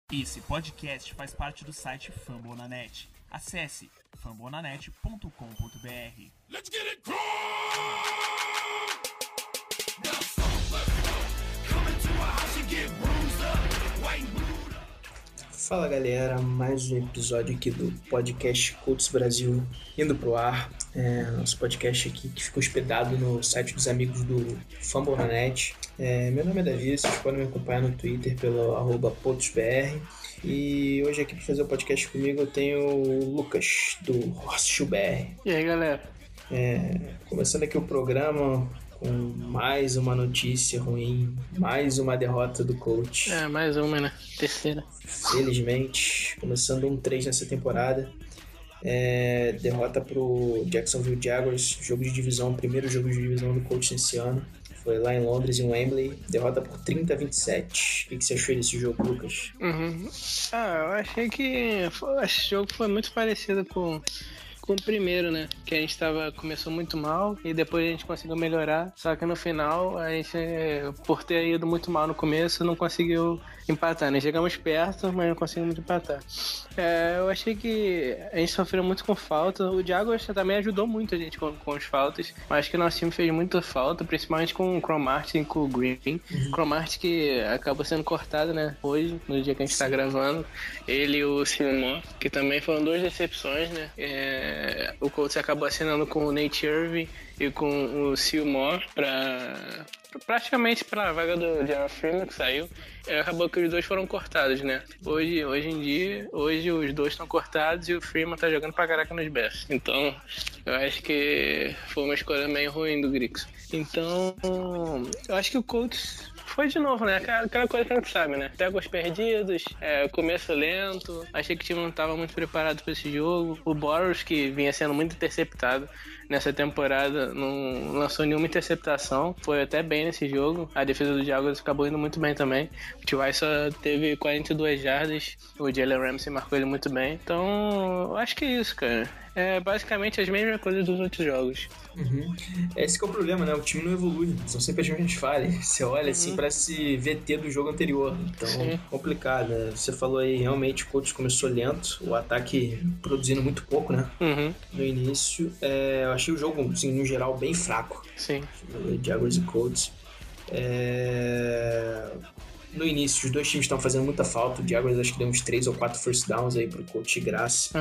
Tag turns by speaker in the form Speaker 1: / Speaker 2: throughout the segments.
Speaker 1: Esse podcast faz parte do site Fambonanet. Acesse fambonanet.com.br. Let's get it crunk!
Speaker 2: Fala galera, mais um episódio aqui do podcast Colts Brasil indo pro ar. Nosso podcast aqui que fica hospedado no site dos amigos do Fambonanet. Meu nome é Davi, vocês podem me acompanhar no Twitter pelo @PotosBR. E hoje aqui para fazer o podcast comigo eu tenho o Lucas, do Horseshoe BR.
Speaker 3: E aí galera?
Speaker 2: Começando aqui o programa com mais uma notícia ruim, mais uma derrota do Colts.
Speaker 3: Mais uma, né? Terceira.
Speaker 2: Felizmente, começando 1-3 nessa temporada. Derrota pro Jacksonville Jaguars, jogo de divisão, primeiro jogo de divisão do Colts nesse ano. Foi lá em Londres, em Wembley. Derrota por 30-27. O que você achou desse jogo, Lucas?
Speaker 3: Eu achei que esse jogo foi muito parecido com o primeiro, né? Que a gente começou muito mal e depois a gente conseguiu melhorar. Só que no final, a gente, por ter ido muito mal no começo, não conseguiu empatar, né? Chegamos perto, mas não conseguimos empatar. Eu achei que a gente sofreu muito com falta. O Jaguars também ajudou muito a gente com as faltas. Mas acho que o nosso time fez muita falta, principalmente com o Cromartie e com o Green. Cromartie que acabou sendo cortado, né? Hoje, no dia que a gente tá gravando. Ele e o Seymour, que também foram duas decepções, né? O Colts acabou assinando com o Nate Irving e com o Seymour praticamente para a vaga do Jerry Freeman, que saiu. Acabou que os dois foram cortados, né? Hoje os dois estão cortados e o Freeman tá jogando pra caraca nos Bears. Então, eu acho que foi uma escolha meio ruim do Griggs. Então, eu acho que o Colts foi de novo, né? Aquela coisa que a gente sabe, né? Pega os perdidos, começo lento. Achei que o time não estava muito preparado para esse jogo. O Boros, que vinha sendo muito interceptado nessa temporada, não lançou nenhuma interceptação. Foi até bem nesse jogo. A defesa do Jaguars acabou indo muito bem também. O T.Y. só teve 42 jardas. O Jalen Ramsey marcou ele muito bem. Então, eu acho que é isso, cara. Basicamente as mesmas coisas dos outros jogos.
Speaker 2: Esse que é o problema, né? O time não evolui, são sempre as mesmas falhas. Você olha assim, parece VT do jogo anterior. Então, complicado, né? Você falou aí, realmente o Colts começou lento, o ataque produzindo muito pouco, né? No início. Eu achei o jogo, assim, no geral, bem fraco.
Speaker 3: Sim.
Speaker 2: Jaguars e Colts. No início, os dois times estão fazendo muita falta. O Jaguars acho que deu uns 3 ou 4 first downs aí pro Colts de graça.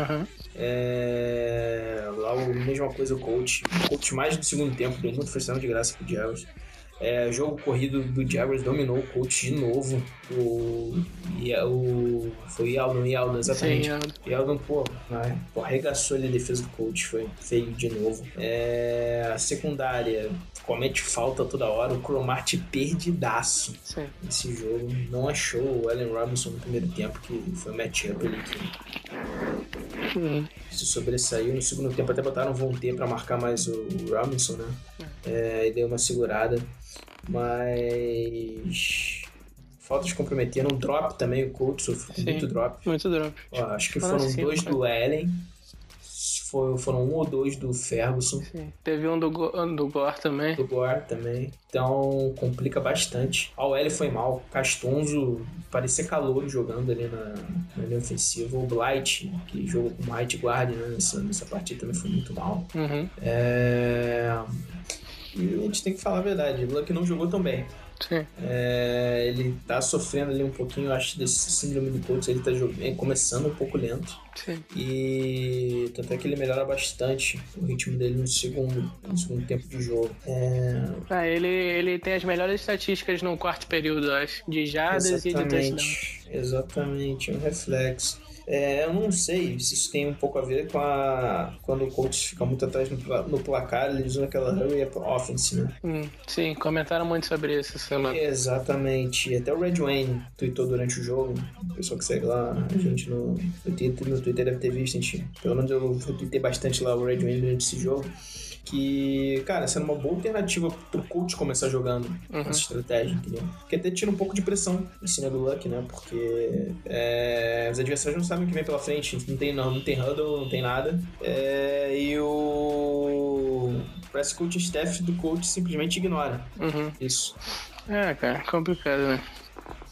Speaker 2: Lá a mesma coisa o Colts mais no segundo tempo deu muito first down de graça pro Jaguars. O jogo corrido do Jaguars dominou o Colts de novo. Foi Yeldon, exatamente.
Speaker 3: Sim,
Speaker 2: Yeldon, arregaçou ali a defesa do Colts, foi feio de novo. A secundária comete falta toda hora. O Cromartie perdidaço nesse jogo. Não achou o Allen Robinson no primeiro tempo, que foi um matchup ali que se sobressaiu. No segundo tempo até botaram o Vontae pra marcar mais o Robinson, né? E deu uma segurada. Mas faltas comprometeram. Drop também, o Colts sofreu muito drop.
Speaker 3: Muito drop.
Speaker 2: Acho que foram 2 do Allen. Foram 1 ou 2 do Ferguson.
Speaker 3: Sim. Teve um do Gore também.
Speaker 2: Do Gore também. Então complica bastante. A OL foi mal. Castonzo parecia calouro jogando ali na linha ofensiva. O Blight, que jogou como right guard, né, nessa partida, também foi muito mal. E a gente tem que falar a verdade, o Luck não jogou tão bem.
Speaker 3: Sim.
Speaker 2: Ele tá sofrendo ali um pouquinho, eu acho, desse síndrome do Colts. Ele tá começando um pouco lento.
Speaker 3: Sim.
Speaker 2: E tanto é que ele melhora bastante o ritmo dele no segundo tempo de jogo.
Speaker 3: Ele tem as melhores estatísticas no quarto período, eu acho, de jardas e de touchdown.
Speaker 2: Exatamente, um reflexo. Eu não sei se isso tem um pouco a ver com quando o Colts fica muito atrás no placar, eles usam aquela hurry up offense, né?
Speaker 3: Sim, comentaram muito sobre isso essa semana.
Speaker 2: Exatamente. Até o Red Wayne tweetou durante o jogo. O pessoal que segue lá, a gente no Twitter deve ter visto. Pelo menos eu tuitei bastante lá o Red Wayne durante esse jogo. Que, cara, sendo uma boa alternativa pro Colts começar jogando essa estratégia, entendeu? Porque até tira um pouco de pressão em cima do Luck, né? Porque os adversários não sabem o que vem pela frente. Não tem huddle, não tem nada. E parece que o coaching staff do Colts simplesmente ignora isso.
Speaker 3: Cara, complicado, né?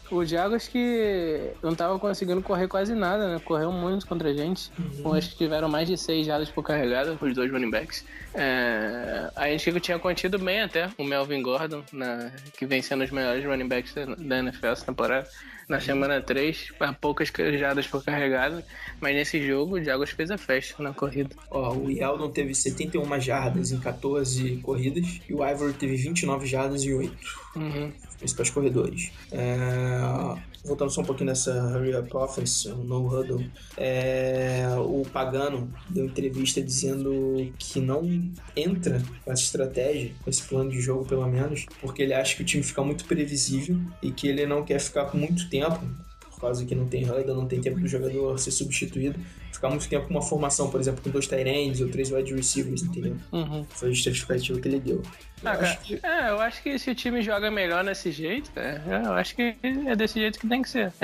Speaker 3: O Jaguars que não tava conseguindo correr quase nada, né? Correu muito contra a gente. Acho que tiveram mais de 6 jardas por carregada, os dois running backs. A gente tinha contido bem até o Melvin Gordon, que vem sendo os melhores running backs da NFL essa temporada. Na semana 3, poucas jardas por carregada, mas nesse jogo o Jaguars fez a festa na corrida.
Speaker 2: O Yeldon teve 71 jardas em 14 corridas e o Ivory teve 29 jardas em 8. Principais corredores. Voltando só um pouquinho nessa Hurry Up Offense, no huddle, o Pagano deu entrevista dizendo que não entra com essa estratégia, com esse plano de jogo pelo menos, porque ele acha que o time fica muito previsível e que ele não quer ficar por muito tempo, por causa que não tem huddle, não tem tempo do jogador ser substituído, ficar muito tempo com uma formação, por exemplo, com 2 tight ends ou 3 wide receivers, entendeu? Foi a justificativa que ele deu.
Speaker 3: Eu acho que se o time joga melhor desse jeito, eu acho que é desse jeito que tem que ser.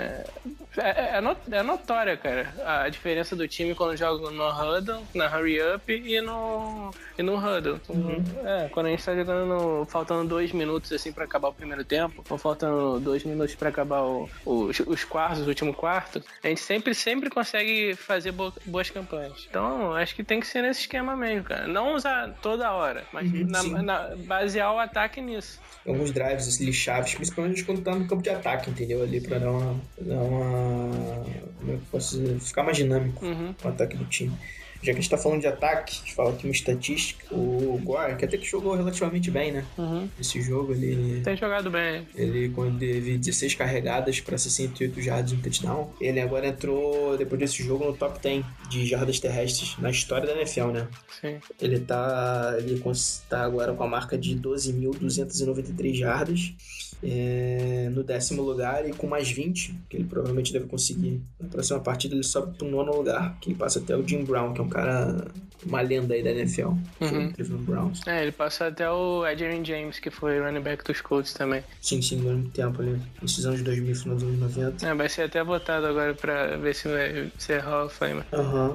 Speaker 3: É notória, cara, a diferença do time quando joga no huddle, na hurry up e no huddle. Quando a gente tá jogando faltando 2 minutos assim pra acabar o primeiro tempo, ou faltando 2 minutos pra acabar os quartos, o último quarto, a gente sempre consegue fazer boas campanhas. Então, acho que tem que ser nesse esquema mesmo, cara. Não usar toda hora, mas basear o ataque nisso.
Speaker 2: Alguns drives ali chaves, principalmente quando tá no campo de ataque, entendeu? Ali pra dar uma como é que eu posso dizer? Ficar mais dinâmico o ataque do time. Já que a gente tá falando de ataque, a gente fala aqui uma estatística. O Gore, que até que jogou relativamente bem, né? Esse jogo, ele...
Speaker 3: Tem jogado bem.
Speaker 2: Ele, quando teve 16 carregadas para 68 jardas e um touchdown, ele agora entrou, depois desse jogo, no top 10 de jardas terrestres na história da NFL, né?
Speaker 3: Sim.
Speaker 2: Ele tá agora com a marca de 12.293 jardas. No 10º lugar e com mais 20, que ele provavelmente deve conseguir. Na próxima partida ele sobe pro 9º lugar, que ele passa até o Jim Brown, que é um cara, uma lenda aí da NFL. Cleveland Browns.
Speaker 3: Ele passa até o Adrian James, que foi running back dos Colts também.
Speaker 2: Sim, durante muito tempo ali. Nesses anos de 2000, final dos anos 90.
Speaker 3: Vai ser até votado agora pra ver se vai ser Hall of Fame.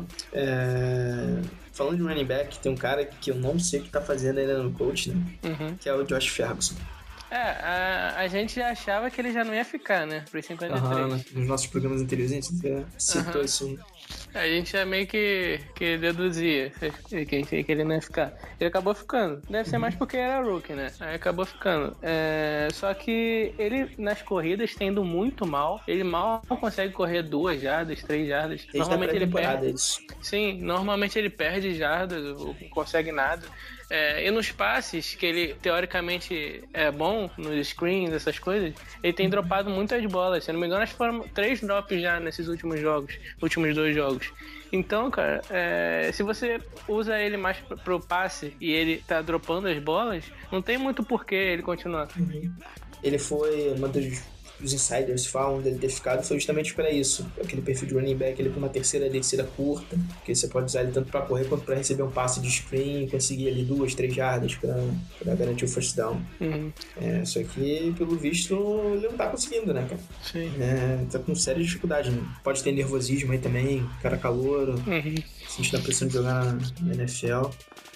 Speaker 2: Falando de running back, tem um cara que eu não sei o que tá fazendo ainda no coach, né? Que é o Josh Ferguson.
Speaker 3: A gente já achava que ele já não ia ficar, né? Por 53.
Speaker 2: Nos nossos programas anteriores a gente citou isso.
Speaker 3: A gente já meio que deduzia que ele não ia ficar. Ele acabou ficando. Deve ser mais porque era rookie, né? Aí acabou ficando. Só que ele, nas corridas, tendo muito mal, ele mal consegue correr 2 jardas, 3 jardas. Normalmente ele perde. Sim, normalmente ele perde jardas, ou não consegue nada. E nos passes, que ele teoricamente é bom, nos screens, essas coisas, ele tem dropado muitas bolas. Se eu não me engano, acho que foram 3 drops já nesses últimos 2 jogos. Então, cara, se você usa ele mais pro passe e ele tá dropando as bolas, não tem muito porquê ele continuar.
Speaker 2: Ele foi uma os insiders falam dele ter ficado foi justamente para isso. Aquele perfil de running back, ele para uma terceira descida curta, que você pode usar ele tanto para correr quanto para receber um passe de screen e conseguir ali 2, 3 jardas para garantir o first down. Só que, pelo visto, ele não tá conseguindo, né, cara?
Speaker 3: Sim.
Speaker 2: Tá com séria dificuldade, né? Pode ter nervosismo aí também, cara calouro, sentindo a pressão de jogar na NFL.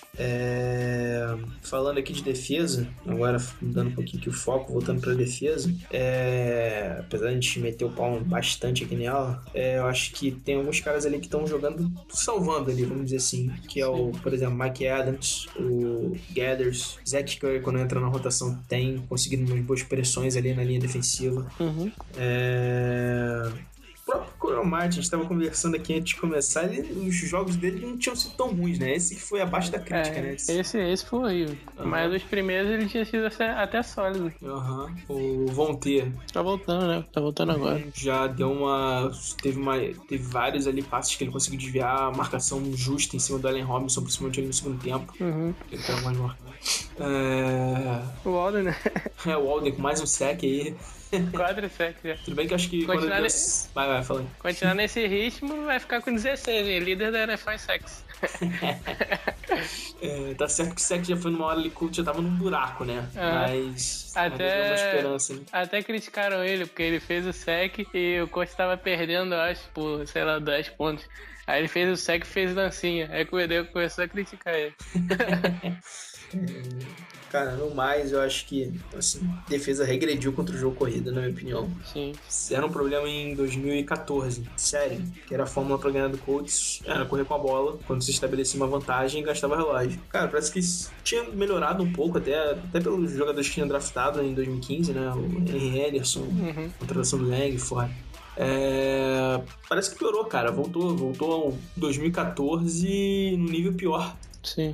Speaker 2: Falando aqui de defesa, agora mudando um pouquinho aqui o foco, voltando pra defesa, apesar de a gente meter o pau bastante aqui nela, eu acho que tem alguns caras ali que estão jogando, salvando ali, vamos dizer assim, que é por exemplo, Mike Adams, o Gathers, Zach Curry, quando entra na rotação, tem conseguido umas boas pressões ali na linha defensiva. O próprio Coral Martin, a gente estava conversando aqui antes de começar, os jogos dele não tinham sido tão ruins, né? Esse que foi abaixo da crítica, né?
Speaker 3: Esse foi horrível. Mas os primeiros ele tinha sido até sólido.
Speaker 2: O Von T.
Speaker 3: Tá voltando, né? Tá voltando agora.
Speaker 2: Já deu teve vários ali passes que ele conseguiu desviar, a marcação justa em cima do Allen Robinson, principalmente ali no segundo tempo. Ele tá mais marcado.
Speaker 3: O Walden, né?
Speaker 2: O Walden com mais um sec aí.
Speaker 3: 4 sacks já.
Speaker 2: Tudo bem que eu acho que vai falando.
Speaker 3: Continuar nesse ritmo, vai ficar com 16, hein? Líder da NFL em sacks.
Speaker 2: Tá certo que o sec já foi numa hora ali que já tava num buraco, né? Mas
Speaker 3: até
Speaker 2: uma esperança, né?
Speaker 3: Até criticaram ele, porque ele fez o sec e o coach tava perdendo, eu acho, por, 10 pontos. Aí ele fez o sec e fez dancinha. Aí o Edeu começou a criticar ele.
Speaker 2: Cara, no mais, eu acho que, assim, defesa regrediu contra o jogo corrido, na minha opinião.
Speaker 3: Sim.
Speaker 2: Era um problema em 2014, sério, que era a fórmula pra ganhar do Colts, era correr com a bola, quando se estabelecia uma vantagem, gastava relógio. Cara, parece que isso tinha melhorado um pouco, até pelos jogadores que tinham draftado em 2015, né, o Henry Anderson, a contratação do Langford. Parece que piorou, cara, voltou ao 2014 no nível pior.
Speaker 3: Sim.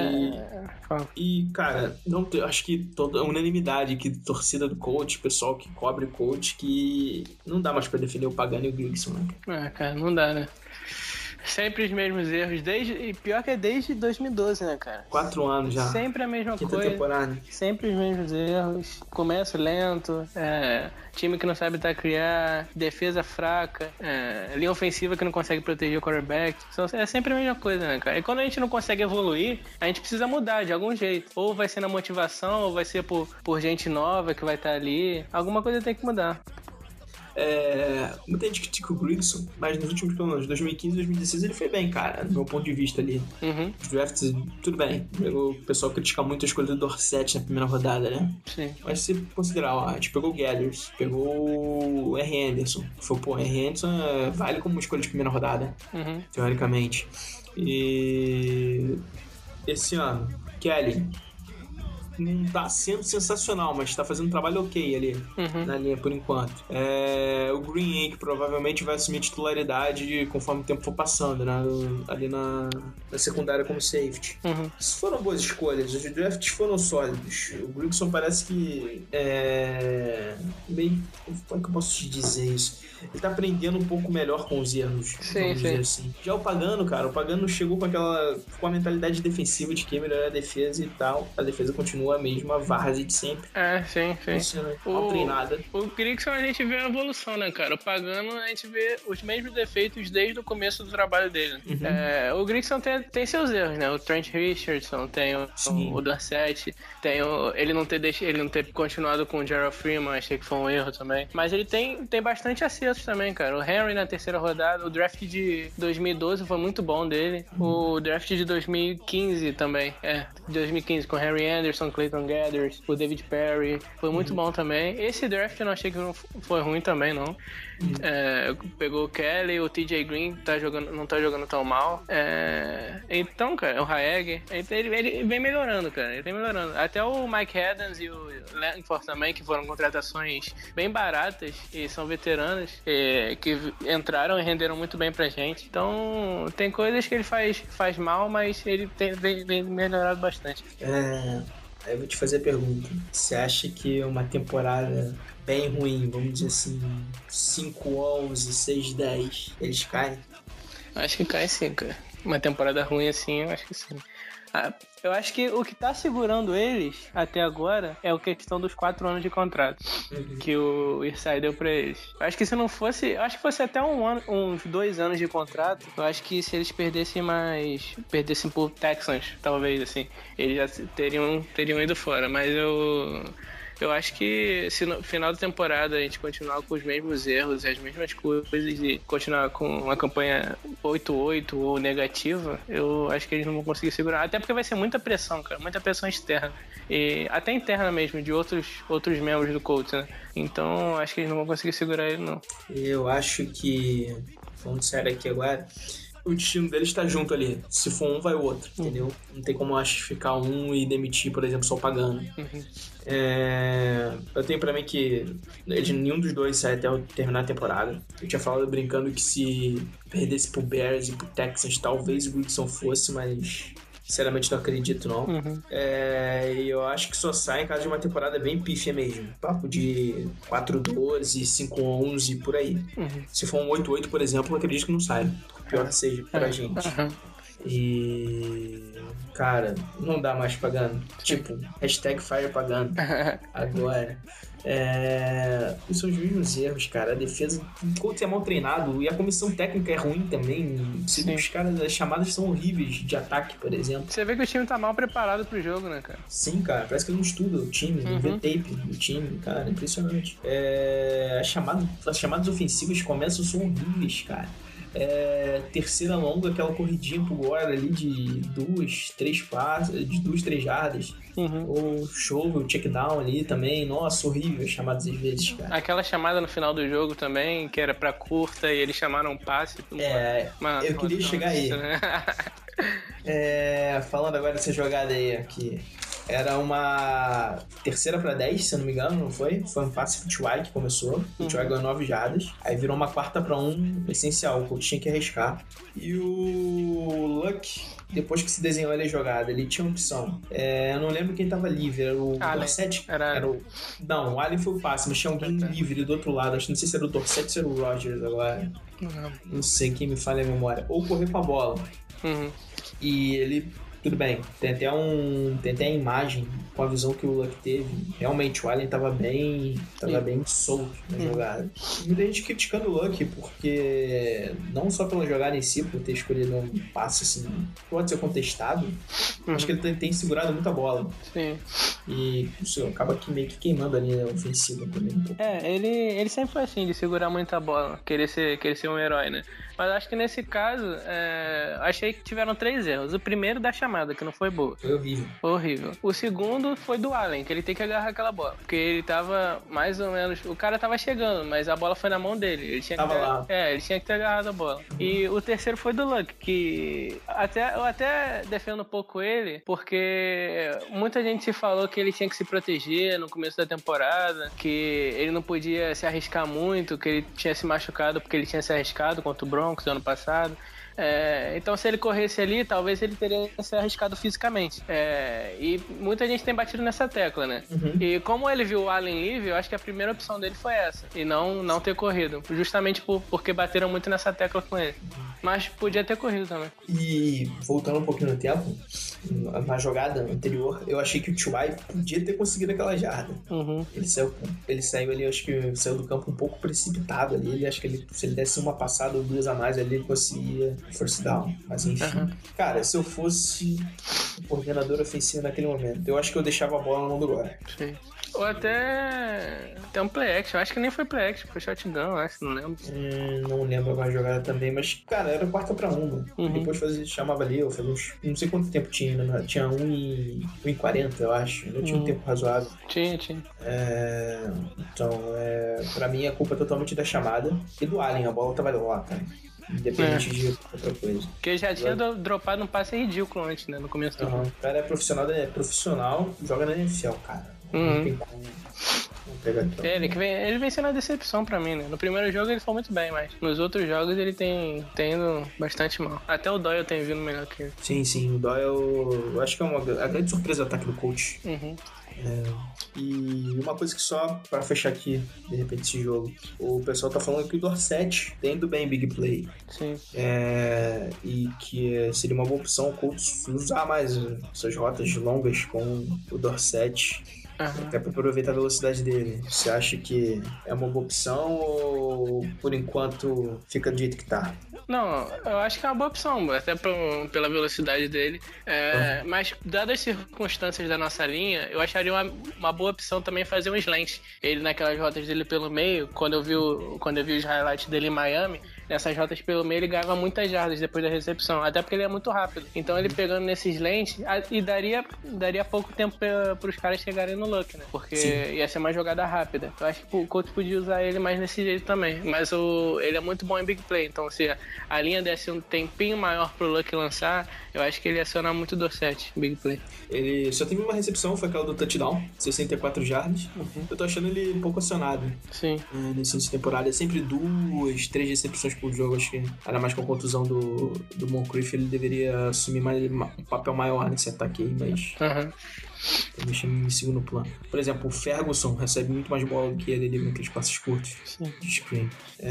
Speaker 2: E cara, acho que toda a unanimidade que torcida do Colts, pessoal que cobre o Colts, que não dá mais pra defender o Pagano e o Grigson, né?
Speaker 3: Cara, não dá, né? Sempre os mesmos erros, e pior que é desde 2012, né, cara?
Speaker 2: 4 anos já.
Speaker 3: Sempre a mesma
Speaker 2: Quinta
Speaker 3: coisa.
Speaker 2: Temporada.
Speaker 3: Sempre os mesmos erros. Começo lento, time que não sabe criar, defesa fraca, linha ofensiva que não consegue proteger o quarterback. É sempre a mesma coisa, né, cara? E quando a gente não consegue evoluir, a gente precisa mudar de algum jeito. Ou vai ser na motivação, ou vai ser por gente nova que vai estar ali. Alguma coisa tem que mudar.
Speaker 2: Muita gente critica o Grigson, mas nos últimos, pelo menos, 2015 e 2016 ele foi bem, cara, do meu ponto de vista ali. Os drafts, tudo bem. O pessoal critica muito a escolha do Dorsett na primeira rodada, né?
Speaker 3: Sim.
Speaker 2: Mas se considerar, a gente pegou o Gathers, pegou o R. Anderson. O R. Anderson vale como uma escolha de primeira rodada, teoricamente. E esse ano, Kelly não tá sendo sensacional, mas tá fazendo um trabalho ok ali na linha por enquanto. O Green, que provavelmente vai assumir titularidade conforme o tempo for passando, né? Ali na secundária como safety. Foram boas escolhas, os drafts foram sólidos. O Grigson parece que meio... Como é que eu posso te dizer isso? Ele tá aprendendo um pouco melhor com os erros, vamos dizer assim. Já o Pagano, cara, o Pagano chegou com a mentalidade defensiva de que melhorar a defesa e tal. A defesa continua a mesma várzea de sempre.
Speaker 3: Sim.
Speaker 2: Mal treinada.
Speaker 3: O Grigson a gente vê a evolução, né, cara? O Pagano a gente vê os mesmos defeitos desde o começo do trabalho dele. O Grigson tem seus erros, né? O Trent Richardson, tem o Dorsett, tem ele não ter continuado com o Gerald Freeman, achei que foi um erro também. Mas ele tem bastante acertos também, cara. O Henry na terceira rodada, o draft de 2012 foi muito bom dele. O draft de 2015 também, 2015 com Henry Anderson, Clayton Gathers, o David Perry, foi muito bom também. Esse draft eu não achei que não foi ruim também, não. Pegou o Kelly, o TJ Green não tá jogando tão mal. Então, cara, o Haeg, ele vem melhorando, cara. Ele vem melhorando. Até o Mike Adams e o Langford também, que foram contratações bem baratas e são veteranas, que entraram e renderam muito bem pra gente. Então, tem coisas que ele faz mal, mas ele vem melhorado bastante.
Speaker 2: Aí eu vou te fazer a pergunta. Você acha que uma temporada bem ruim, vamos dizer assim, 5-11, 6-10, eles caem?
Speaker 3: Acho que cai sim, cara. Uma temporada ruim assim, eu acho que sim. Eu acho que o que tá segurando eles até agora é a questão dos 4 anos de contrato que o Irsay deu pra eles. Eu acho que se não fosse... Eu acho que fosse até uns 2 anos de contrato, eu acho que se eles perdessem por Texans, talvez, assim, eles já teriam ido fora. Mas eu acho que se no final da temporada a gente continuar com os mesmos erros e as mesmas coisas e continuar com uma campanha 8-8 ou negativa, eu acho que eles não vão conseguir segurar. Até porque vai ser muita pressão, cara. Muita pressão externa. E até interna mesmo, de outros membros do Colts, né? Então, acho que eles não vão conseguir segurar ele, não.
Speaker 2: Eu acho que... Falando sério aqui agora... O destino deles está junto ali. Se for um, vai o outro, entendeu? Não tem como ficar um e demitir, por exemplo, só pagando. Eu tenho pra mim que nenhum dos dois sai até terminar a temporada. Eu tinha falado brincando que se perdesse pro Bears e pro Texans, talvez o Grigson fosse, mas sinceramente não acredito, não. E eu acho que só sai em caso de uma temporada bem pífia mesmo. Papo de 4-12, 5-11, por aí. Se for um 8-8, por exemplo, eu acredito que não sai. Pior que seja pra gente. E... Cara, não dá mais pagando. Tipo, #Fire pagando. Agora. Isso são os mesmos erros, cara. A defesa, o Colts é mal treinado e a comissão técnica é ruim também. Os caras, as chamadas são horríveis de ataque, por exemplo.
Speaker 3: Você vê que o time tá mal preparado pro jogo, né, cara?
Speaker 2: Sim, cara. Parece que não estuda o time, não vê tape do time, cara. Impressionante. As chamadas ofensivas começam, são horríveis, cara. terceira longa, aquela corridinha pro Gore ali de 2, 3 passes, de 2, 3 jardas. O show, o check down ali também. Nossa, horrível as chamadas às vezes, cara.
Speaker 3: Aquela chamada no final do jogo também, que era pra curta e eles chamaram um passe.
Speaker 2: Eu queria chegar aí.
Speaker 3: Né?
Speaker 2: Falando agora dessa jogada aí aqui. Era uma terceira pra 10, se eu não me engano, não foi? Foi um passe pro T.Y. que começou. O T.Y. ganhou 9 jardas. Aí virou uma quarta pra 1, essencial. O coach tinha que arriscar. E o Luck, depois que se desenhou ali a jogada, ele tinha uma opção. Eu não lembro quem tava livre. Era o Dorsett? Não, o Allen foi o passe, mas tinha alguém livre do outro lado. Não sei se era o Dorsett ou se era o Rodgers agora. Não sei, quem me falha a memória. Ou correr com a bola. E ele... Tudo bem, tem até a imagem com a visão que o Luck teve. Realmente o Allen tava bem solto na jogada. Muita gente criticando o Luck porque não só pela jogada em si, por ter escolhido um passe assim, pode ser contestado, acho que ele tem segurado muita bola.
Speaker 3: Sim.
Speaker 2: E isso acaba meio que queimando ali a ofensiva também.
Speaker 3: Ele sempre foi assim, de segurar muita bola, querer ser um herói, né? Mas acho que nesse caso, achei que tiveram 3 erros. O primeiro da chamada, que não foi boa.
Speaker 2: Foi horrível.
Speaker 3: Horrível. O segundo foi do Allen, que ele tem que agarrar aquela bola. Porque ele tava mais ou menos... O cara tava chegando, mas a bola foi na mão dele. Ele tinha ele tinha que ter agarrado a bola. E o terceiro foi do Luck, que eu até defendo um pouco ele, porque muita gente falou que ele tinha que se proteger no começo da temporada, que ele não podia se arriscar muito, que ele tinha se machucado porque ele tinha se arriscado contra o Broncos ano passado. Então se ele corresse ali, talvez ele teria se arriscado fisicamente. E muita gente tem batido nessa tecla, né? E como ele viu o Allen livre, eu acho que a primeira opção dele foi essa, e não ter corrido, justamente porque bateram muito nessa tecla com ele. Mas podia ter corrido também.
Speaker 2: E voltando um pouquinho no tempo, na jogada anterior, eu achei que o T.Y. podia ter conseguido aquela jarda. Ele saiu ali, acho que saiu do campo um pouco precipitado ali. Acho que se ele desse uma passada ou 2 a mais ali, ele conseguia first down. Mas enfim. Cara, se eu fosse o coordenador ofensivo naquele momento, eu acho que eu deixava a bola na mão do Gore.
Speaker 3: Sim. Ou até um play action. Acho que nem foi play action, foi shotgun, acho, não lembro.
Speaker 2: Não lembro agora a jogada também, mas, cara, era quarta pra 1. Depois chamava ali, eu fazia uns... Não sei quanto tempo tinha, né? Tinha 1:40, eu acho. Não tinha um tempo razoável.
Speaker 3: Tinha.
Speaker 2: Então, pra mim, a culpa é totalmente da chamada e do Allen. A bola tava lá, cara. Independente de outra coisa.
Speaker 3: Porque ele já tinha dropado um passe ridículo antes, né? No começo do jogo.
Speaker 2: O cara é profissional, joga na NFL, cara. Não tem como pegar aqui.
Speaker 3: Ele vem sendo uma decepção pra mim, né? No primeiro jogo ele foi muito bem, mas nos outros jogos ele tem indo bastante mal. Até o Doyle tem vindo melhor que ele.
Speaker 2: Sim, o Doyle eu acho que é a grande surpresa do ataque do coach. E uma coisa que só pra fechar aqui, de repente, esse jogo, o pessoal tá falando que o Dorsett tem indo bem Big Play.
Speaker 3: Sim.
Speaker 2: E que seria uma boa opção o coach usar mais essas rotas longas com o Dorsett. Até pra aproveitar a velocidade dele. Você acha que é uma boa opção ou por enquanto fica do jeito que tá?
Speaker 3: Não, eu acho que é uma boa opção, até pela velocidade dele. Mas, dadas as circunstâncias da nossa linha, eu acharia uma boa opção também fazer um slant. Ele naquelas rotas dele pelo meio, quando eu vi os highlights dele em Miami, nessas rotas pelo meio ele ganhava muitas jardas depois da recepção, até porque ele é muito rápido. Então ele pegando nesses slants, e daria pouco tempo para os caras chegarem no Luck, né? Porque ia ser uma jogada rápida. Eu acho que o coach podia usar ele mais nesse jeito também. Mas ele é muito bom em big play, então se a linha desse um tempinho maior pro Luck lançar, eu acho que ele ia acionar muito o Dorsett, big play.
Speaker 2: Ele só teve uma recepção, foi aquela do touchdown, 64 jardas. Eu tô achando ele um pouco acionado.
Speaker 3: Sim.
Speaker 2: Nesse início de temporada, é sempre 2, 3 recepções por jogo, acho que ainda mais com a contusão do Moncrief, ele deveria assumir um papel maior nesse ataque aí, mas tá deixando em segundo plano. Por exemplo, o Ferguson recebe muito mais bola do que ele com aqueles passos curtos de screen.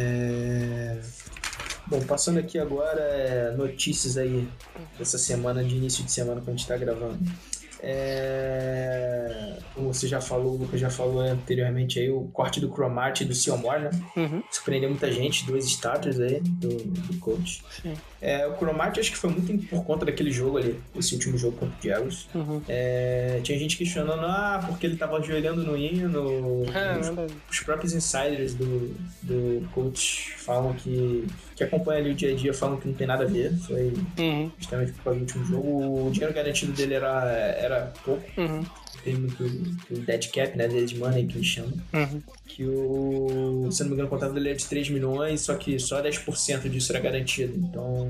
Speaker 2: Bom, passando aqui agora notícias aí dessa semana, de início de semana que a gente tá gravando. Como você já falou, o Lucas já falou anteriormente aí, o corte do Cromartie e do Seymour, né? Surpreendeu muita gente, 2 starters aí do coach.
Speaker 3: Sim.
Speaker 2: O Cromartie acho que foi muito por conta daquele jogo ali, esse último jogo contra o Jaguars. Tinha gente questionando, porque ele tava ajoelhando no hino. Os próprios insiders do coach falam que acompanham ali o dia a dia, falam que não tem nada a ver. Foi justamente por causa do último jogo. O dinheiro garantido dele era pouco. Tem muito o dead cap, né? Dead money que eles chamam. Que se não me engano, o contrato dele é de 3 milhões, só que só 10% disso era garantido. Então.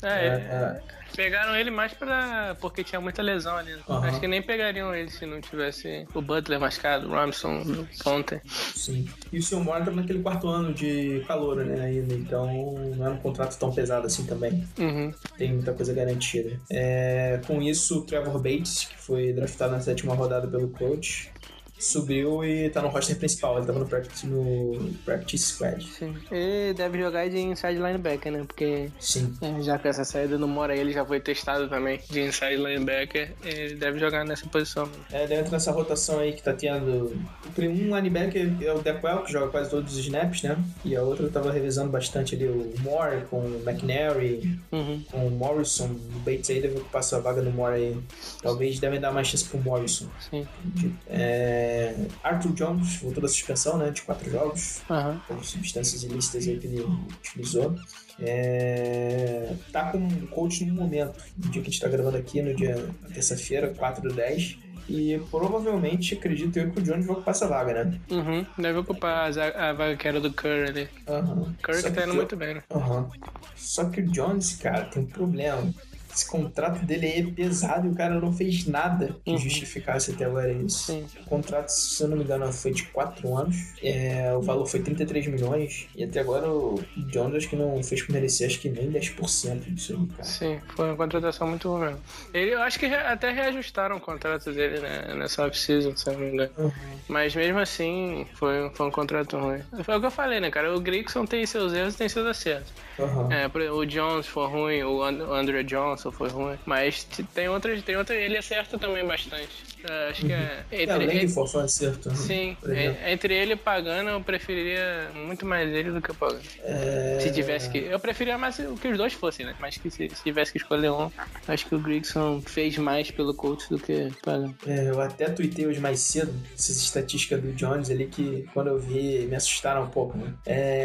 Speaker 3: Pegaram ele mais porque tinha muita lesão ali. Acho que nem pegariam ele se não tivesse o Butler machucado, o Ramson ontem.
Speaker 2: Sim. E o Seymour tá naquele 4º ano de calouro, né, ainda. Então não é um contrato tão pesado assim também. Tem muita coisa garantida. Com isso, o Trevor Bates, que foi draftado na 7ª rodada pelo coach, subiu e tá no roster principal. Ele tava no practice squad.
Speaker 3: Sim. Ele deve jogar de inside linebacker, né? Porque
Speaker 2: sim.
Speaker 3: Já que essa saída não mora, ele já foi testado também de inside linebacker. Ele deve jogar nessa posição.
Speaker 2: Dentro dessa rotação aí que tá tendo... Um linebacker é o Dequel, que joga quase todos os snaps, né? E a outra tava revisando bastante ali o Moore com o McNary, com o Morrison. O Bates aí deve ocupar essa vaga no Moore aí. Talvez devem dar mais chance pro Morrison.
Speaker 3: Sim.
Speaker 2: Arthur Jones voltou da suspensão, né, de 4 jogos, por substâncias ilícitas aí que ele utilizou. Tá com um coach no momento, no dia que a gente tá gravando aqui, no dia terça-feira, 4/10, e provavelmente acredito eu que o Jones vai ocupar essa vaga, né?
Speaker 3: Deve ocupar a vaga que era do Kerr ali. Kerr que tá indo muito bem, né?
Speaker 2: Só que o Jones, cara, tem um problema. Esse contrato dele aí é pesado e o cara não fez nada que justificasse até agora isso.
Speaker 3: Sim.
Speaker 2: O contrato, se eu não me engano, foi de 4 anos. O valor foi 33 milhões. E até agora o Jones acho que não fez por merecer, acho que nem 10% disso aí, cara.
Speaker 3: Sim, foi uma contratação muito ruim. Eu acho que até reajustaram o contrato dele, né, nessa off-season, se eu não me engano. Mas mesmo assim, foi um contrato ruim. Foi o que eu falei, né, cara? O Grigson tem seus erros e tem seus acertos. O Jones foi ruim, o Andrew Johnson foi ruim, mas tem outras, ele acerta também bastante. Acho que
Speaker 2: o Langford foi um acerto.
Speaker 3: Sim, entre ele e Pagano, eu preferiria muito mais ele do que o Pagano. Se tivesse que... Eu preferia mais que os dois fossem, né? Mas que se tivesse que escolher um, acho que o Grigson fez mais pelo coach do que o Pagano.
Speaker 2: Eu até tuitei hoje mais cedo essas estatísticas do Jones ali que quando eu vi me assustaram um pouco, né?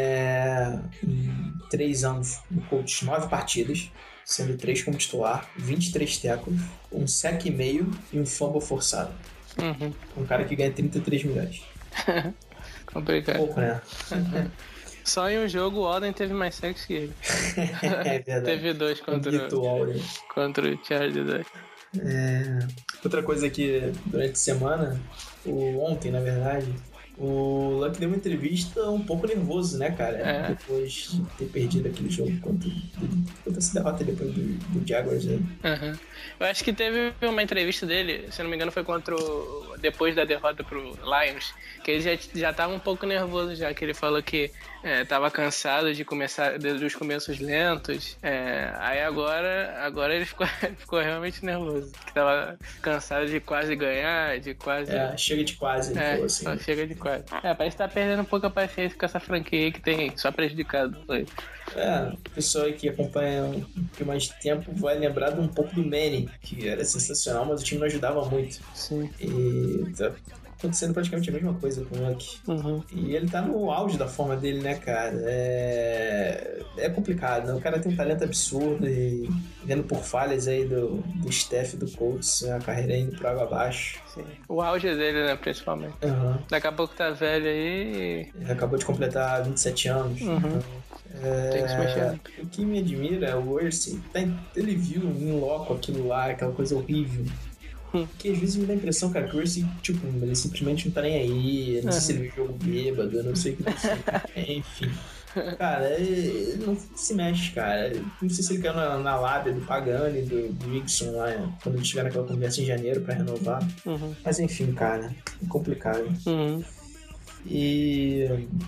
Speaker 2: Em 3 anos no coach, 9 partidas, sendo 3 como titular, 23 tackles, um sack e meio e um fumble forçado. Um cara que ganha 33 milhões.
Speaker 3: Complicado.
Speaker 2: Pouco, né?
Speaker 3: Só em um jogo o Alden teve mais sacks que ele.
Speaker 2: É verdade.
Speaker 3: Teve 2 contra o Chargers.
Speaker 2: Outra coisa que durante a semana, ontem na verdade, o Luck deu uma entrevista um pouco nervoso, né, cara? Depois de ter perdido aquele jogo contra essa derrota depois do Jaguars aí.
Speaker 3: Eu acho que teve uma entrevista dele, se não me engano foi depois da derrota pro Lions, que ele já tava um pouco nervoso já, que ele falou que tava cansado de começar dos começos lentos. Aí agora ele ficou realmente nervoso, que tava cansado de quase ganhar, de quase...
Speaker 2: chega de quase, ele falou assim.
Speaker 3: Chega de quase. Parece que tá perdendo um pouco a paciência com essa franquia aí que tem só prejudicado.
Speaker 2: O pessoal aí que acompanha um pouco mais de tempo vai lembrar de um pouco do Manning, que era sensacional, mas o time não ajudava muito.
Speaker 3: Sim.
Speaker 2: E tá acontecendo praticamente a mesma coisa com o Luck. E ele tá no auge da forma dele, né, cara? É complicado, né? O cara tem um talento absurdo e vendo por falhas aí do staff do Colts, a carreira indo por água abaixo.
Speaker 3: Sim. O auge dele, né, principalmente. Daqui a pouco tá velho aí.
Speaker 2: Ele acabou de completar 27 anos. Então,
Speaker 3: tem que se mexer.
Speaker 2: O que me admira é o Ursi. Ele viu em loco aquilo lá, aquela coisa horrível. Que às vezes me dá a impressão, cara, que o Ursi, tipo, ele simplesmente não tá nem aí. Não sei se ele viu jogo bêbado, eu não sei o que enfim. Cara, ele não se mexe, cara. Não sei se ele caiu na lábia do Pagani, do Grigson lá, quando eles tiveram aquela conversa em janeiro pra renovar. Mas enfim, cara, é complicado. E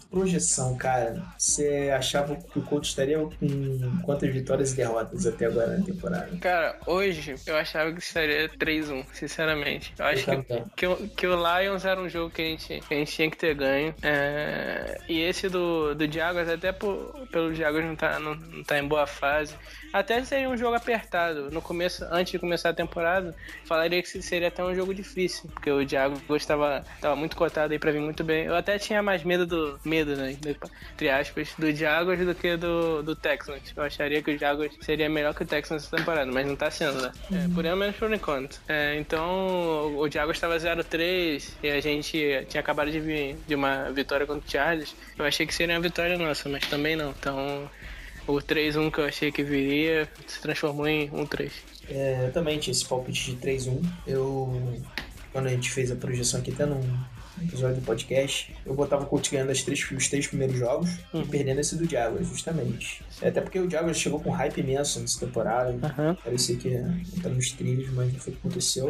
Speaker 2: projeção, cara, você achava que o Colts estaria com quantas vitórias e derrotas até agora na temporada?
Speaker 3: Cara, hoje eu achava que estaria 3-1, sinceramente. Eu acho que o Lions era um jogo que a gente tinha que ter ganho. E esse do Jaguars, até pelo Jaguars não tá em boa fase, até seria um jogo apertado. No começo, antes de começar a temporada, falaria que seria até um jogo difícil, porque o Jaguars estava muito cotado aí pra vir muito bem. Eu até tinha mais medo, né, entre aspas, do Jaguars do que do Texans. Eu acharia que o Jaguars seria melhor que o Texans essa temporada, mas não tá sendo, né? Por menos por enquanto. Então, o Jaguars estava 0-3 e a gente tinha acabado de vir de uma vitória contra o Chargers. Eu achei que seria uma vitória nossa, mas também não. Então, o 3-1 que eu achei que viria se transformou em 1-3.
Speaker 2: Eu também tinha esse palpite de 3-1. Quando a gente fez a projeção aqui, até num episódio do podcast, eu botava o Colts ganhando os três primeiros jogos e perdendo esse do Jaguars, justamente. Até porque o Jaguars chegou com hype imenso nessa temporada. Parecia que ia entrar nos trilhos, mas não foi o que aconteceu.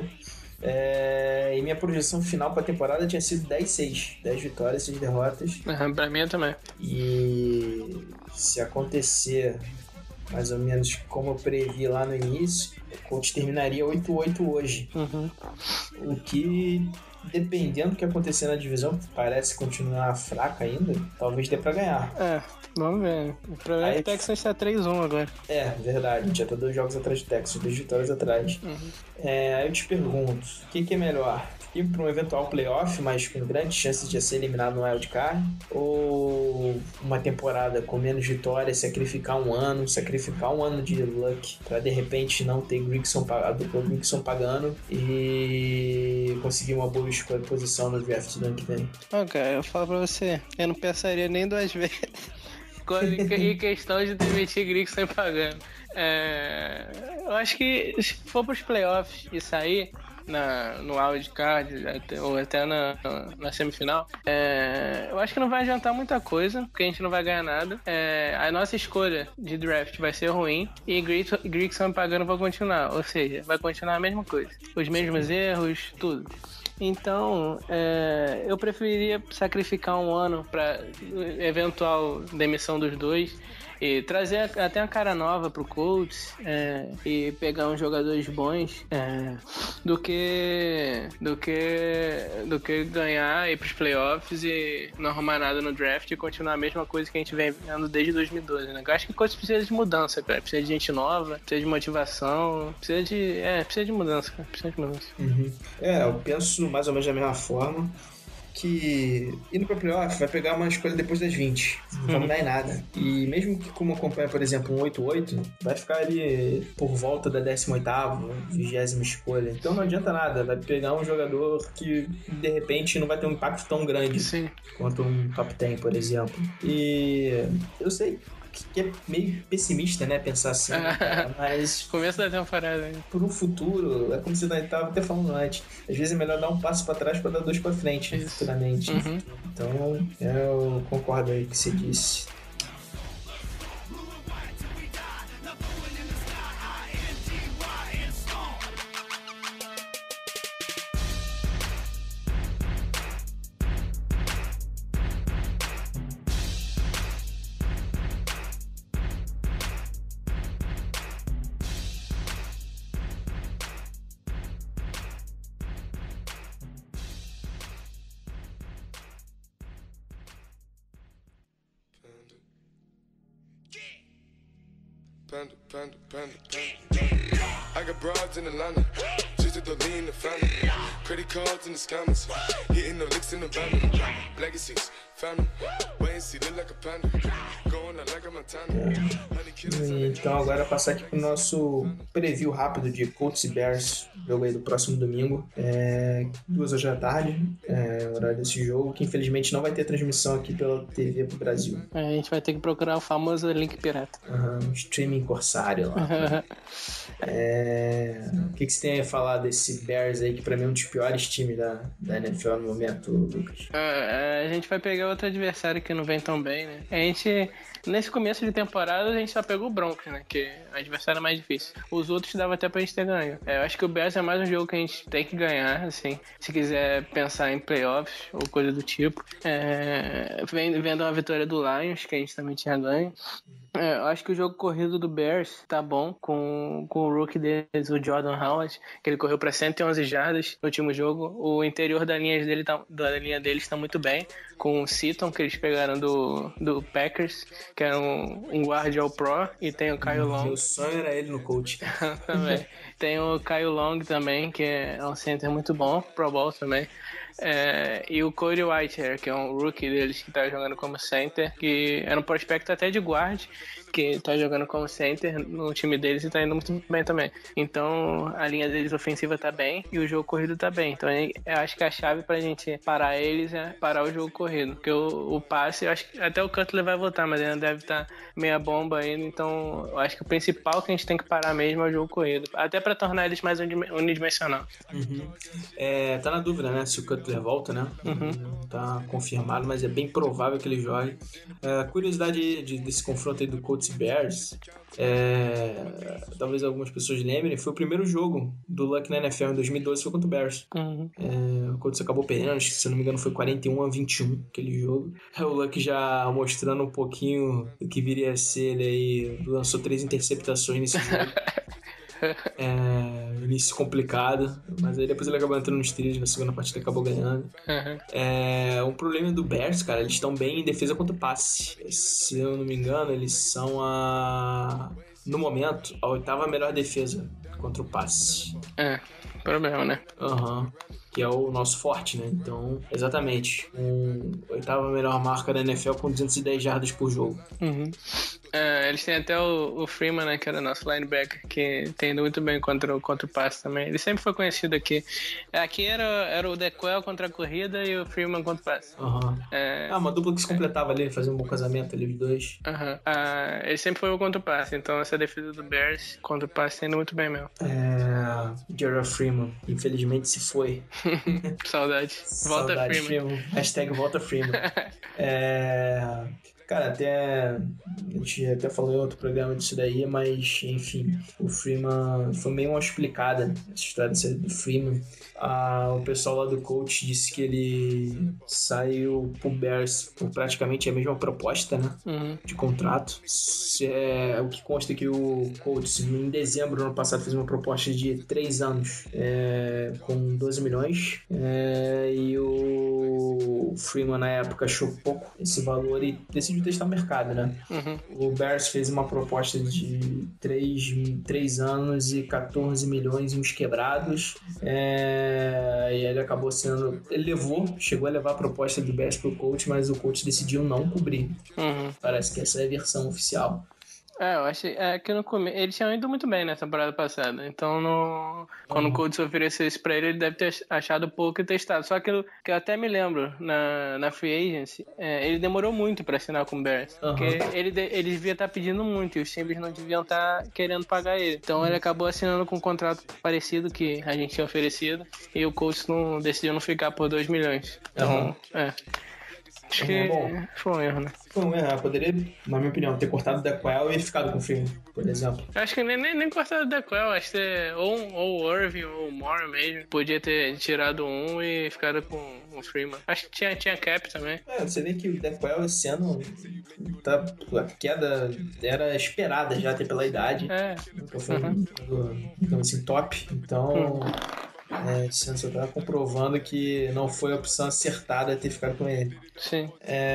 Speaker 2: E minha projeção final para a temporada tinha sido 10-6. 10 vitórias, 6 derrotas.
Speaker 3: Pra mim também.
Speaker 2: E se acontecer mais ou menos como eu previ lá no início, o Colts terminaria 8-8 hoje. O que, dependendo do que acontecer na divisão, parece continuar fraca ainda, talvez dê pra ganhar.
Speaker 3: Vamos ver. O problema é que o Texans está 3-1 agora.
Speaker 2: Verdade. A gente já tá 2 jogos atrás do Texans, 2 vitórias atrás. Aí eu te pergunto, o que é melhor? Ir para um eventual playoff, mas com grandes chances de ser eliminado no wildcard? Ou uma temporada com menos vitórias, sacrificar um ano de luck para de repente não ter a dupla Grigson pagando e conseguir uma boa escolha de posição no draft do ano que vem?
Speaker 3: Cara, eu falo pra você, eu não pensaria nem 2 vezes em questão de demitir Grigson pagando. Eu acho que se for pros playoffs e sair no wildcard ou até na semifinal, eu acho que não vai adiantar muita coisa, porque a gente não vai ganhar nada. A nossa escolha de draft vai ser ruim e Grigson pagando vai continuar, ou seja, vai continuar a mesma coisa, os mesmos erros, tudo. Então, eu preferiria sacrificar um ano para eventual demissão dos dois e trazer até uma cara nova pro Colts e pegar uns jogadores bons do que ganhar, ir pros playoffs e não arrumar nada no draft e continuar a mesma coisa que a gente vem vendo desde 2012, né? Eu acho que o Colts precisa de mudança, cara. Precisa de gente nova, precisa de motivação, precisa de mudança, cara. Precisa de mudança.
Speaker 2: Eu penso mais ou menos da mesma forma, que indo pra playoff vai pegar uma escolha depois das 20. Não vai mudar em nada. E mesmo que como acompanha, por exemplo, um 8-8, vai ficar ali por volta da 18ª, 20ª escolha. Então não adianta nada. Vai pegar um jogador que de repente não vai ter um impacto tão grande quanto um top 10, por exemplo. E eu sei que é meio pessimista, né, pensar assim, cara, mas
Speaker 3: começo da temporada, né?
Speaker 2: Pro futuro, é como você estava até falando antes, às vezes é melhor dar um passo para trás para dar 2 para frente, futuramente. Então, eu concordo aí com o que você disse.
Speaker 4: Panda. I got broads in Atlanta, just to lean the family. Credit cards in the scammers, hitting the licks in the van. Legacies, family, wait and see, look like a panda. Going out like a Montana.
Speaker 2: Então agora passar aqui pro nosso preview rápido de Colts e Bears, jogo aí do próximo domingo, 2 horas da tarde, horário desse jogo, que infelizmente não vai ter transmissão aqui pela TV pro Brasil.
Speaker 3: A gente vai ter que procurar o famoso link pirata.
Speaker 2: Streaming corsário lá. O que você tem a falar desse Bears aí, que pra mim é um dos piores times da NFL no momento, Lucas?
Speaker 3: A gente vai pegar outro adversário que não vem tão bem, né? A gente Nesse começo de temporada, a gente só pegou o Broncos, né? Que o adversário é mais difícil. Os outros dava até pra gente ter ganho. Eu acho que o Bears é mais um jogo que a gente tem que ganhar, assim. Se quiser pensar em playoffs ou coisa do tipo. Vendo uma vitória do Lions, que a gente também tinha ganho. Eu acho que o jogo corrido do Bears tá bom com o rookie deles, o Jordan Howard, que ele correu para 111 jardas no último jogo. O interior da linha deles tá muito bem, com o Seaton, que eles pegaram do Packers, que é um guard all pro, e tem o Kyle Long.
Speaker 2: Meu sonho era ele no coach.
Speaker 3: Também. Tem o Kyle Long também, que é um center muito bom, Pro Bowl também. E o Cody Whitehair, que é um rookie deles que tá jogando como center, que era um prospecto até de guard, que tá jogando como center no time deles e tá indo muito bem também. Então a linha deles ofensiva tá bem e o jogo corrido tá bem. Então eu acho que a chave pra gente parar eles é parar o jogo corrido. Porque o passe, eu acho que até o Cutler vai voltar, mas ainda deve estar meia bomba ainda. Então eu acho que o principal que a gente tem que parar mesmo é o jogo corrido. Até pra tornar eles mais unidimensional.
Speaker 2: Uhum. Tá na dúvida, né? Se o Cutler volta, né? Não tá confirmado, mas é bem provável que ele jogue. Curiosidade desse confronto aí do Colts e Bears, talvez algumas pessoas lembrem, foi o primeiro jogo do Luck na NFL em 2012, foi contra o Bears. O Colts acabou perdendo, acho que, se não me engano foi 41-21 aquele jogo. O Luck já mostrando um pouquinho do que viria a ser, ele aí lançou 3 interceptações nesse jogo. Início complicado, mas aí depois ele acabou entrando nos trilhos, na segunda partida acabou ganhando. Um problema do Bears, cara, eles estão bem em defesa contra o passe. Se eu não me engano, eles são no momento, a 8ª melhor defesa contra o passe.
Speaker 3: Problema, né?
Speaker 2: Que é o nosso forte, né? Então, exatamente, 8ª melhor marca da NFL com 210 jardas por jogo.
Speaker 3: Eles têm até o Freeman, né, que era nosso linebacker, que tem ido muito bem contra o passe também. Ele sempre foi conhecido aqui. Aqui era o Dequel contra a corrida e o Freeman contra o passe.
Speaker 2: Uma dupla que se completava ali, fazia um bom casamento ali, os dois.
Speaker 3: Ele sempre foi o contra o passe, então essa defesa do Bears contra o passe tem ido muito bem mesmo.
Speaker 2: Gerald Freeman, infelizmente se foi.
Speaker 3: Saudade. Volta
Speaker 2: Saudade,
Speaker 3: Freeman.
Speaker 2: Hashtag volta Freeman. Cara, a gente até falou em outro programa disso daí, mas enfim, o Freeman foi meio uma explicada, essa história do Freeman. O pessoal lá do coach disse que ele saiu pro Bears por praticamente a mesma proposta, né? De contrato. O que consta que o coach, em dezembro do ano passado, fez uma proposta de 3 anos com 12 milhões. E o Freeman, na época, achou pouco esse valor e decidiu testar o mercado, né? O Bears fez uma proposta de 3 anos e 14 milhões e uns quebrados. E ele acabou sendo... chegou a levar a proposta do Bears pro coach, mas o coach decidiu não cobrir. Parece que essa é a versão oficial.
Speaker 3: Eu achei que no começo eles tinham ido muito bem nessa temporada passada. Então, quando o Colts ofereceu isso pra ele deve ter achado pouco e testado. Só que eu até me lembro, na Free Agency, ele demorou muito pra assinar com o Bears. Porque ele devia estar pedindo muito e os times não deviam estar querendo pagar ele. Então, ele acabou assinando com um contrato parecido que a gente tinha oferecido e o Colts decidiu não ficar por 2 milhões. Então, acho que foi um erro, né?
Speaker 2: Foi um erro. Poderia, na minha opinião, ter cortado o Dequel e ficado com o Freeman, por exemplo.
Speaker 3: Acho que nem cortado o Dequel. Acho que ou o Irving ou o Moore mesmo. Podia ter tirado um e ficado com o Freeman. Acho que tinha cap também.
Speaker 2: Você vê que o Dequel esse ano a queda era esperada já, até pela idade. Nunca foi digamos assim, top. Então... esse ano você tá comprovando que não foi a opção acertada ter ficado com ele.
Speaker 3: Sim.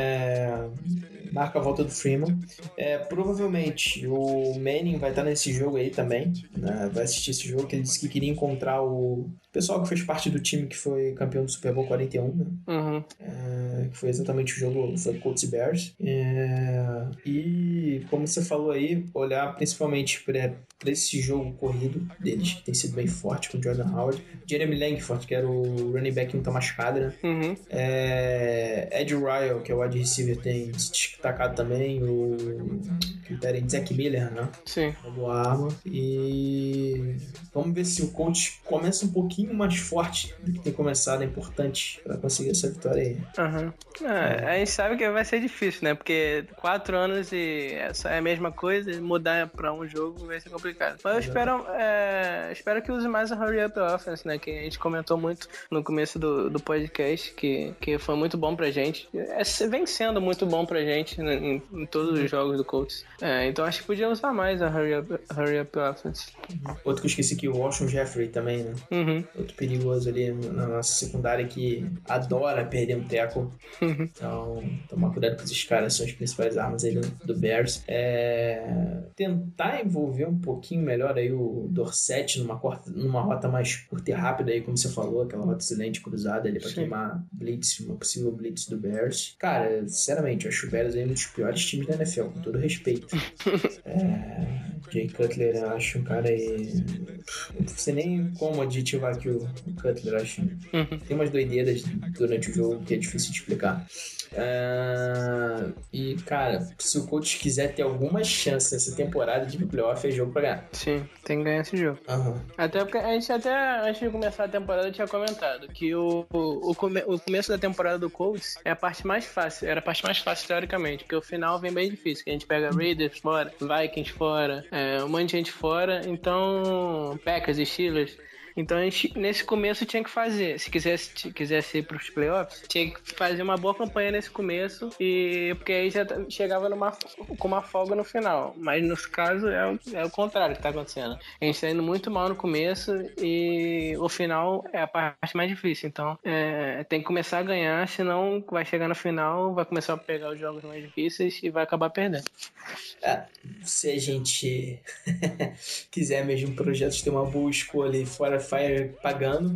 Speaker 2: Marca a volta do Freeman. Provavelmente o Manning vai estar nesse jogo aí também, né? Vai assistir esse jogo, que ele disse que queria encontrar o pessoal que fez parte do time que foi campeão do Super Bowl 41, né? Que foi exatamente o jogo, foi Colts e Bears. E que, como você falou aí, olhar principalmente para esse jogo corrido deles, que tem sido bem forte com o Jordan Howard. Jeremy Langford, que era o running back que não tá machucado, né? Ed Ryle, que é o wide receiver, tem se destacado também. O Zach Miller, né?
Speaker 3: Sim.
Speaker 2: Uma boa arma. E vamos ver se o coach começa um pouquinho mais forte do que tem começado. É importante para conseguir essa vitória aí.
Speaker 3: A gente sabe que vai ser difícil, né? Porque 4 anos e é a mesma coisa, mudar pra um jogo vai ser complicado. Mas eu espero que use mais a Hurry Up Offense, né? Que a gente comentou muito no começo do podcast, que foi muito bom pra gente. Vem sendo muito bom pra gente, né, em todos os jogos do Colts. Então acho que podia usar mais a Hurry Up Offense.
Speaker 2: Outro que eu esqueci aqui, o Washington Jeffrey também, né? Outro perigoso ali na nossa secundária que adora perder um tackle. Então, tomar cuidado com esses caras, são as principais armas aí do Bears. Tentar envolver um pouquinho melhor aí o Dorsett numa rota mais curta e rápida aí, como você falou, aquela rota excelente cruzada ali pra queimar blitz, uma possível blitz do Bears. Cara, sinceramente, eu acho o Bears aí um dos piores times da NFL, com todo respeito. Jay Cutler, eu acho um cara aí... Não sei nem como adjetivar aqui o Cutler, acho. Tem umas doideiras durante o jogo que é difícil de explicar. E, cara, se o coach quiser ter alguma chance nessa temporada de playoff, é jogo pra ganhar.
Speaker 3: Sim, tem que ganhar esse jogo. Até porque a gente antes de começar a temporada, tinha comentado que o começo da temporada do Colts é a parte mais fácil. Era a parte mais fácil, teoricamente, porque o final vem bem difícil. Que a gente pega Raiders fora, Vikings fora, um monte de gente fora. Então, Packers e Steelers. Então a gente, nesse começo, tinha que fazer. Se quisesse ir pros playoffs, tinha que fazer uma boa campanha nesse começo, porque aí já chegava com uma folga no final. Mas no caso é o contrário que tá acontecendo. A gente tá indo muito mal no começo e o final é a parte mais difícil. Então tem que começar a ganhar, senão vai chegar no final, vai começar a pegar os jogos mais difíceis e vai acabar perdendo.
Speaker 2: Se a gente quiser mesmo projetos ter uma boa escolha e fora Fire pagando,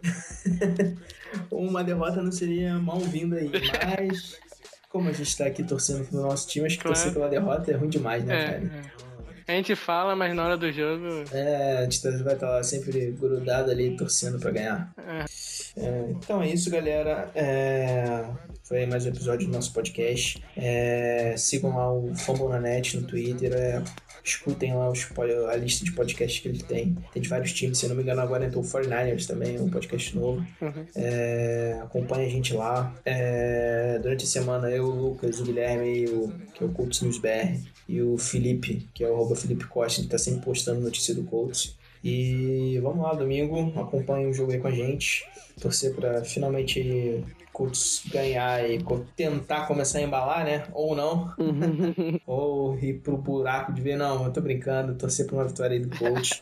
Speaker 2: uma derrota não seria mal-vinda aí, mas como a gente tá aqui torcendo pro nosso time, acho que torcer pela derrota é ruim demais, né, cara?
Speaker 3: A gente fala, mas na hora do jogo...
Speaker 2: A gente vai estar lá sempre grudado ali, torcendo pra ganhar. Então é isso, galera. Foi mais um episódio do nosso podcast. Sigam lá o Fambonanet no Twitter. Escutem lá a lista de podcasts que ele tem. Tem de vários times, se eu não me engano, agora entrou o 49ers também, um podcast novo. Acompanhe a gente lá. Durante a semana, eu, o Lucas, o Guilherme, que é o Colts News BR, e o Felipe, que é o @Felipe Costa, que tá sempre postando notícia do Colts. E vamos lá, domingo, acompanhe o jogo aí com a gente. Torcer pra finalmente Colts ganhar e tentar começar a embalar, né? Ou não. Ou ir pro buraco de ver, não, eu tô brincando, torcer pra uma vitória aí do Colts.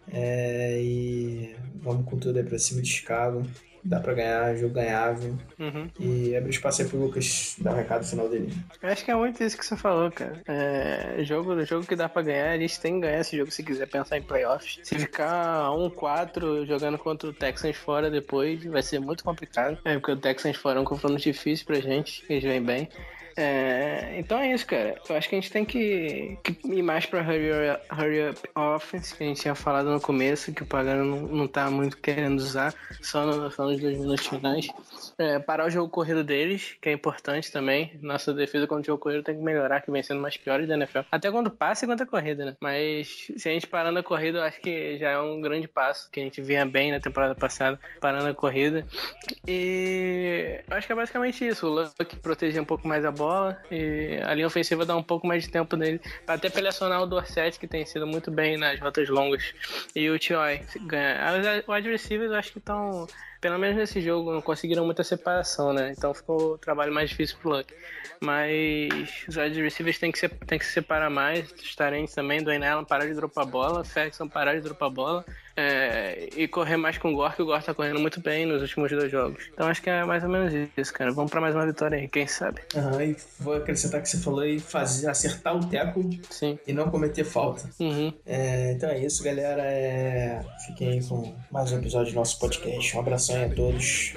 Speaker 2: E vamos com tudo aí pra cima de Chicago. Dá pra ganhar, jogo ganhável. E abre espaço aí pro Lucas dar o recado final dele.
Speaker 3: Eu acho que é muito isso que você falou, cara. Jogo que dá pra ganhar, a gente tem que ganhar esse jogo se quiser pensar em playoffs. Se ficar 1-4 jogando contra o Texans fora depois, vai ser muito complicado. Porque o Texans fora é um confronto difícil pra gente, eles vêm bem. Então é isso, cara. Eu acho que a gente tem que ir mais pra Hurry Up Offense, que a gente tinha falado no começo, que o Pagano não tá muito querendo usar, só nos 2 minutos finais. Parar o jogo corrido deles, que é importante também. Nossa defesa contra o jogo corrido tem que melhorar, que vem sendo mais piores da NFL. Até quando passa e quando a corrida, né? Mas se a gente parando a corrida, eu acho que já é um grande passo, que a gente vinha bem na temporada passada, parando a corrida. E eu acho que é basicamente isso. O Luck proteger um pouco mais a bola, e a linha ofensiva dá um pouco mais de tempo dele, até pra ele acionar o Dorsett, que tem sido muito bem nas rotas longas, e o T.O. ganhar. Os wide receivers eu acho que estão, pelo menos nesse jogo, não conseguiram muita separação, né? Então ficou o trabalho mais difícil pro Luck. Mas os wide receivers tem que se separar mais, os tarentes também, Dwayne Allen parar de dropar a bola, Ferguson parar de dropar a bola, e correr mais com o Gore, que o Gore tá correndo muito bem nos últimos 2 jogos. Então acho que é mais ou menos isso, cara. Vamos pra mais uma vitória aí, quem sabe.
Speaker 2: E vou acrescentar que você falou aí, acertar o tackle.
Speaker 3: Sim.
Speaker 2: E não cometer falta. Então é isso, galera. Fiquem aí com mais um episódio do nosso podcast. Um abração aí a todos.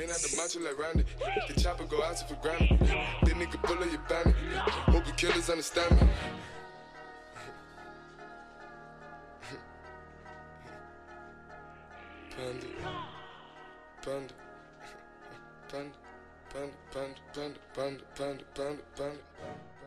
Speaker 4: Panda, panda, panda, panda, panda, panda, panda, panda, panda.